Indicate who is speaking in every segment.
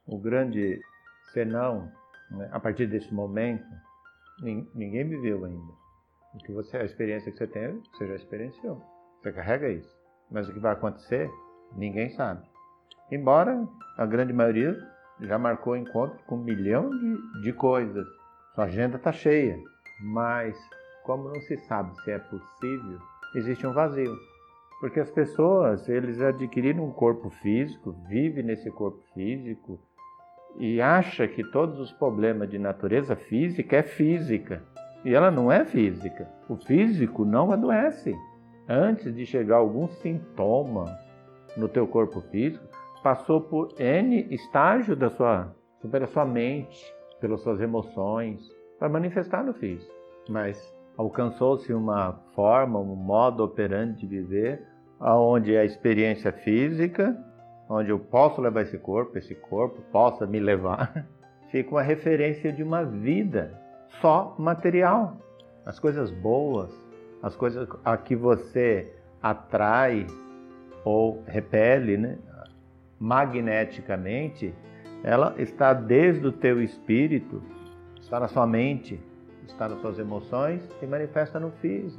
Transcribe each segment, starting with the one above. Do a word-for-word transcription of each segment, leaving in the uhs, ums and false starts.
Speaker 1: o grande senão, né, a partir desse momento, ninguém viveu ainda. O que você, a experiência que você tem, você já experienciou. Você carrega isso. Mas o que vai acontecer, ninguém sabe. Embora a grande maioria já marcou encontro com um milhão de, de coisas. Sua agenda está cheia. Mas, como não se sabe se é possível, existe um vazio. Porque as pessoas, eles adquiriram um corpo físico, vivem nesse corpo físico e acham que todos os problemas de natureza física é física. E ela não é física. O físico não adoece. Antes de chegar algum sintoma no teu corpo físico, passou por N estágio da sua, pela sua mente, pelas suas emoções, para manifestar no físico. Mas alcançou-se uma forma, um modo operante de viver, onde a experiência física, onde eu posso levar esse corpo, esse corpo possa me levar, fica uma referência de uma vida só material. As coisas boas, as coisas a que você atrai ou repele, né, magneticamente, ela está desde o teu espírito, está na sua mente, está nas suas emoções e manifesta no físico.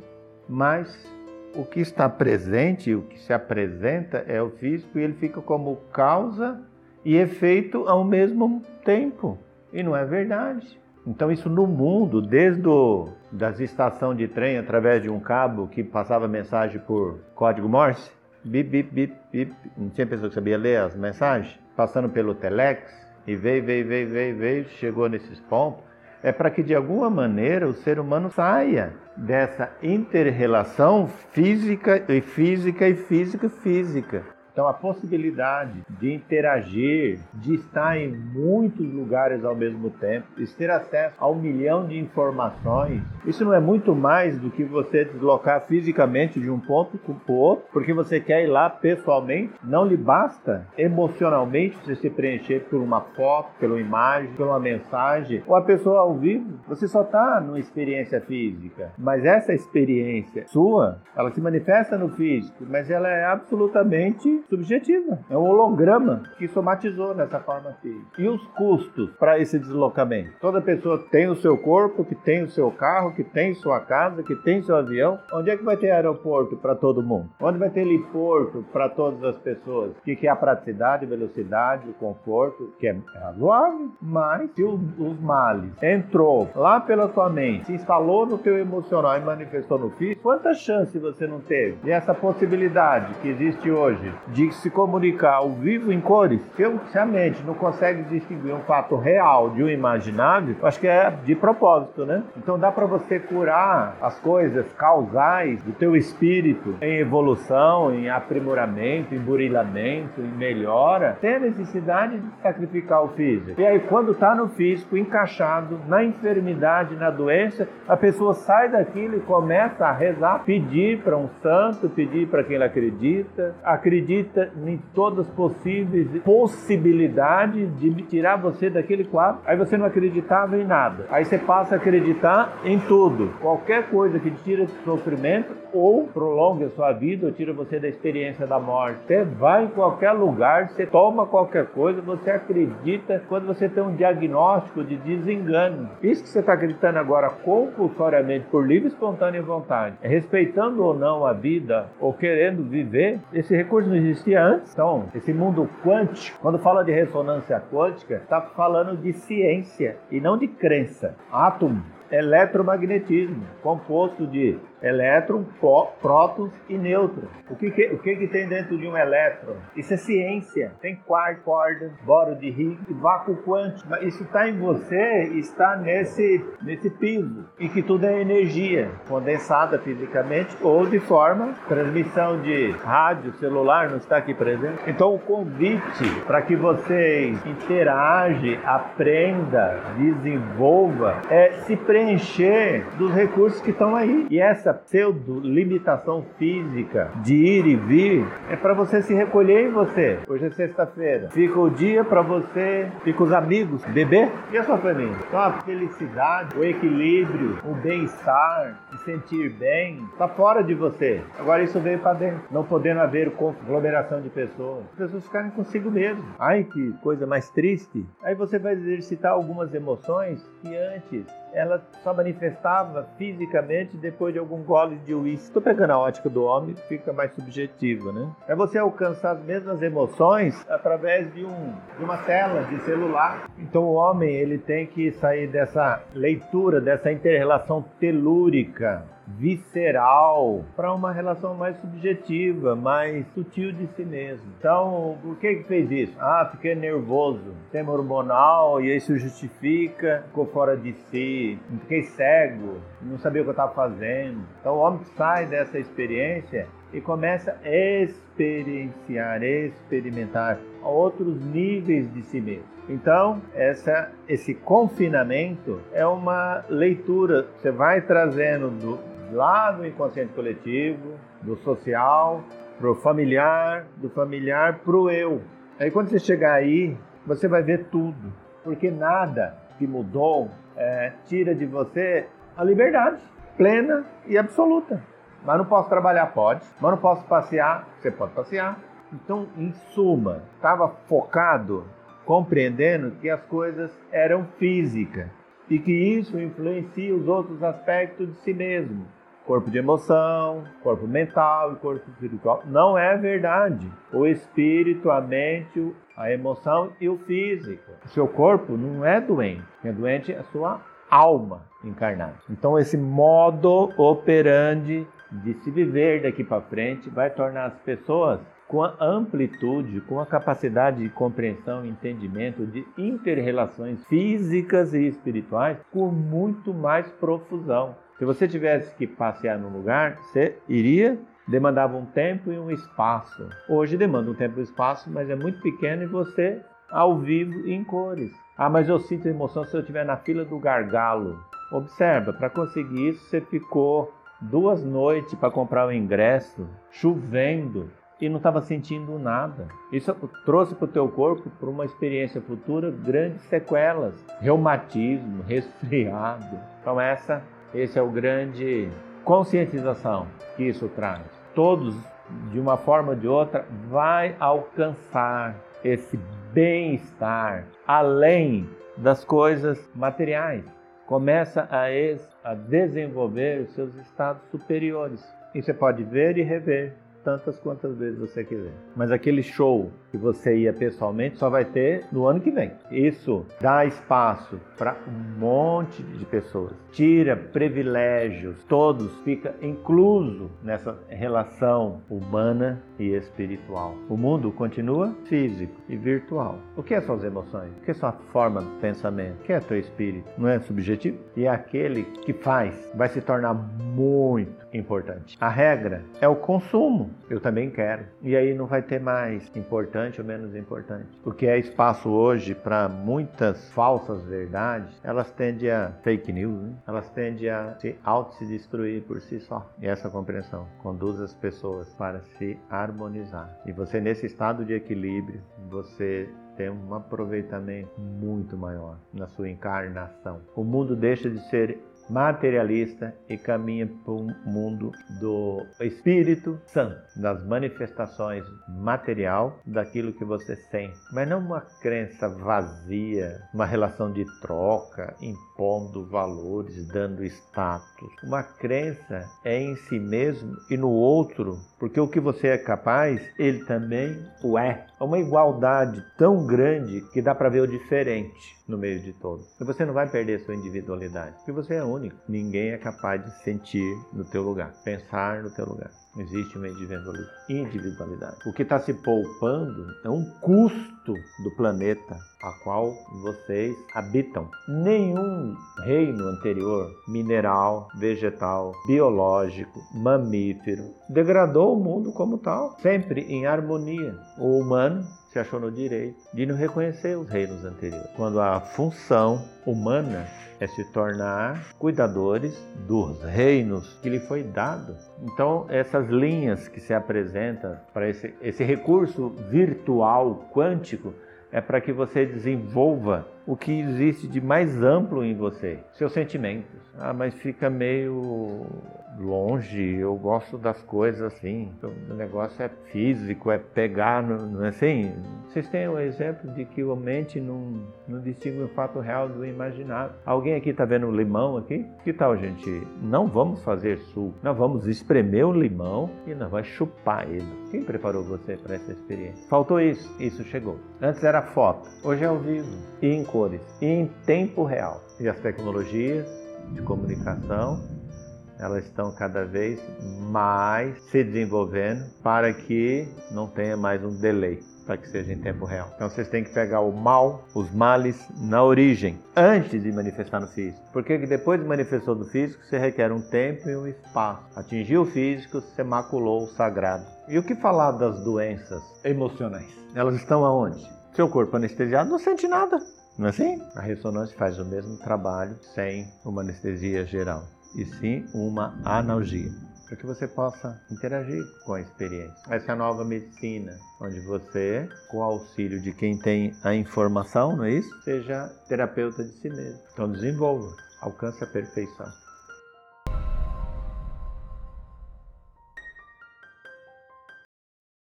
Speaker 1: Mas o que está presente, o que se apresenta é o físico e ele fica como causa e efeito ao mesmo tempo. E não é verdade. Então isso no mundo, desde o, das estações de trem, através de um cabo que passava mensagem por código Morse, bip, bip, bip, bip, não tinha pessoa que sabia ler as mensagens, passando pelo telex, e veio, veio, veio, veio, veio, chegou nesses pontos, é para que de alguma maneira o ser humano saia dessa inter-relação física e física e física e física. Então a possibilidade de interagir, de estar em muitos lugares ao mesmo tempo, de ter acesso a um milhão de informações, isso não é muito mais do que você deslocar fisicamente de um ponto para o outro, porque você quer ir lá pessoalmente, não lhe basta emocionalmente você se preencher por uma foto, pela imagem, por uma mensagem, ou a pessoa ao vivo, você só está numa experiência física, mas essa experiência sua, ela se manifesta no físico, mas ela é absolutamente subjetiva. É um holograma que somatizou nessa forma física. E os custos para esse deslocamento? Toda pessoa tem o seu corpo, que tem o seu carro, que tem sua casa, que tem seu avião. Onde é que vai ter aeroporto para todo mundo? Onde vai ter heliporto para todas as pessoas? O que é a praticidade, velocidade, o conforto, que é razoável. Mas se o, os males entrou lá pela tua mente, se instalou no teu emocional e manifestou no físico, quanta chance você não teve? E essa possibilidade que existe hoje de se comunicar ao vivo em cores, se a mente não consegue distinguir um fato real de um imaginável, acho que é de propósito, né? Então dá para você curar as coisas causais do teu espírito em evolução, em aprimoramento, em burilamento, em melhora, sem a necessidade de sacrificar o físico. E aí quando está no físico, encaixado na enfermidade, na doença, a pessoa sai daquilo e começa a rezar, pedir para um santo, pedir para quem ela acredita, acredita em todas as possíveis possibilidades de tirar você daquele quadro. Aí você não acreditava em nada. Aí você passa a acreditar em tudo. Qualquer coisa que te tira do sofrimento ou prolongue a sua vida ou tira você da experiência da morte. Você vai em qualquer lugar, você toma qualquer coisa, você acredita quando você tem um diagnóstico de desengano. Isso que você está acreditando agora compulsoriamente, por livre e espontânea vontade, é respeitando ou não a vida ou querendo viver, esse recurso não existia antes. Então, esse mundo quântico, quando fala de ressonância quântica, está falando de ciência e não de crença. Átomo, eletromagnetismo, composto de elétron, prótons e nêutrons. O que que, o que que tem dentro de um elétron? Isso é ciência. Tem quark, corda, boro de Higgs, vácuo quântico. Mas isso está em você, está nesse, nesse piso, em que tudo é energia, condensada fisicamente ou de forma, transmissão de rádio, celular, não está aqui presente. Então o convite para que vocês interagem, aprenda, desenvolva, é se preencher dos recursos que estão aí. E essa essa pseudo-limitação física de ir e vir é para você se recolher em você. Hoje é sexta-feira. Fica o dia para você, fica os amigos, beber e a sua família. Então a felicidade, o equilíbrio, o bem-estar, se sentir bem, está fora de você. Agora isso veio para dentro. Não podendo haver conglomeração de pessoas. As pessoas ficarem consigo mesmo. Ai, que coisa mais triste. Aí você vai exercitar algumas emoções que antes ela só manifestava fisicamente depois de algum gole de uísque. Estou pegando a ótica do homem, fica mais subjetivo, né? É você alcançar as mesmas emoções através de, um, de uma tela de celular. Então o homem ele tem que sair dessa leitura, dessa inter-relação telúrica, visceral, para uma relação mais subjetiva, mais sutil de si mesmo. Então, por que que fez isso? Ah, fiquei nervoso, sistema hormonal, e aí se justifica, ficou fora de si, fiquei cego, não sabia o que eu estava fazendo. Então o homem sai dessa experiência e começa a experienciar, experimentar outros níveis de si mesmo. Então, essa, esse confinamento é uma leitura, você vai trazendo do, lá do inconsciente coletivo, do social, pro familiar, do familiar pro eu. Aí quando você chegar aí, você vai ver tudo, porque nada que mudou é, tira de você a liberdade plena e absoluta. Mas não posso trabalhar, pode. Mas não posso passear, você pode passear. Então, em suma, estava focado, compreendendo que as coisas eram físicas e que isso influencia os outros aspectos de si mesmo. Corpo de emoção, corpo mental e corpo espiritual. Não é verdade. O espírito, a mente, a emoção e o físico. O seu corpo não é doente. Quem é doente é a sua alma encarnada. Então, esse modo operandi de se viver daqui para frente vai tornar as pessoas com a amplitude, com a capacidade de compreensão e entendimento de inter-relações físicas e espirituais com muito mais profusão. Se você tivesse que passear num lugar, você iria, demandava um tempo e um espaço. Hoje demanda um tempo e um espaço, mas é muito pequeno e você ao vivo e em cores. Ah, mas eu sinto emoção se eu estiver na fila do gargalo. Observa, para conseguir isso você ficou duas noites para comprar o ingresso, chovendo, e não estava sentindo nada. Isso trouxe para o teu corpo, para uma experiência futura, grandes sequelas. Reumatismo, resfriado. Então essa, esse é o grande conscientização que isso traz. Todos, de uma forma ou de outra, vai alcançar esse bem-estar além das coisas materiais. Começa a, ex, a desenvolver os seus estados superiores. E você pode ver e rever tantas quantas vezes você quiser. Mas aquele show que você ia pessoalmente só vai ter no ano que vem. Isso dá espaço para um monte de pessoas. Tira privilégios, todos, fica incluso nessa relação humana e espiritual. O mundo continua físico e virtual. O que são as emoções? O que é sua forma de pensamento? O que é teu espírito? Não é subjetivo? E aquele que faz vai se tornar muito importante. A regra é o consumo. Eu também quero. E aí não vai ter mais importante ou menos importante. O que é espaço hoje para muitas falsas verdades, elas tendem a fake news, né? Elas tendem a se auto-se destruir por si só. E essa compreensão conduz as pessoas para se harmonizar. E você, nesse estado de equilíbrio, você tem um aproveitamento muito maior na sua encarnação. O mundo deixa de ser materialista e caminha para um mundo do Espírito Santo, das manifestações material daquilo que você sente, mas não uma crença vazia, uma relação de troca, impondo valores, dando status. Uma crença é em si mesmo e no outro, porque o que você é capaz, ele também o é. É uma igualdade tão grande que dá para ver o diferente no meio de todos. E você não vai perder sua individualidade, porque você é único. Ninguém é capaz de sentir no teu lugar, pensar no teu lugar. Não existe uma individualidade. O que está se poupando é um custo do planeta a qual vocês habitam. Nenhum reino anterior, mineral, vegetal, biológico, mamífero, degradou o mundo como tal, sempre em harmonia. O humano se achou no direito de não reconhecer os reinos anteriores, quando a função humana é se tornar cuidadores dos reinos que lhe foi dado. Então, essas linhas que se apresentam para esse, esse recurso virtual quântico é para que você desenvolva o que existe de mais amplo em você, seus sentimentos. Ah, mas fica meio longe, eu gosto das coisas assim, o negócio é físico, é pegar, não é assim? Vocês têm o exemplo de que a mente não, não distingue o fato real do imaginável. Alguém aqui está vendo um limão aqui? Que tal, gente? Não vamos fazer suco, nós vamos espremer o limão e nós vamos chupar ele. Quem preparou você para essa experiência? Faltou isso, isso chegou. Antes era foto, hoje é ao vivo, e em cores, e em tempo real. E as tecnologias de comunicação, elas estão cada vez mais se desenvolvendo para que não tenha mais um delay, para que seja em tempo real. Então vocês têm que pegar o mal, os males na origem, antes de manifestar no físico. Porque depois de manifestou do físico, você requer um tempo e um espaço. Atingiu o físico, você maculou o sagrado. E o que falar das doenças emocionais? Elas estão aonde? Seu corpo anestesiado não sente nada, não é assim? A ressonância faz o mesmo trabalho sem uma anestesia geral, e sim uma analgia, para que você possa interagir com a experiência. Essa é a nova medicina, onde você, com o auxílio de quem tem a informação, não é isso? Seja terapeuta de si mesmo. Então desenvolva, alcance a perfeição.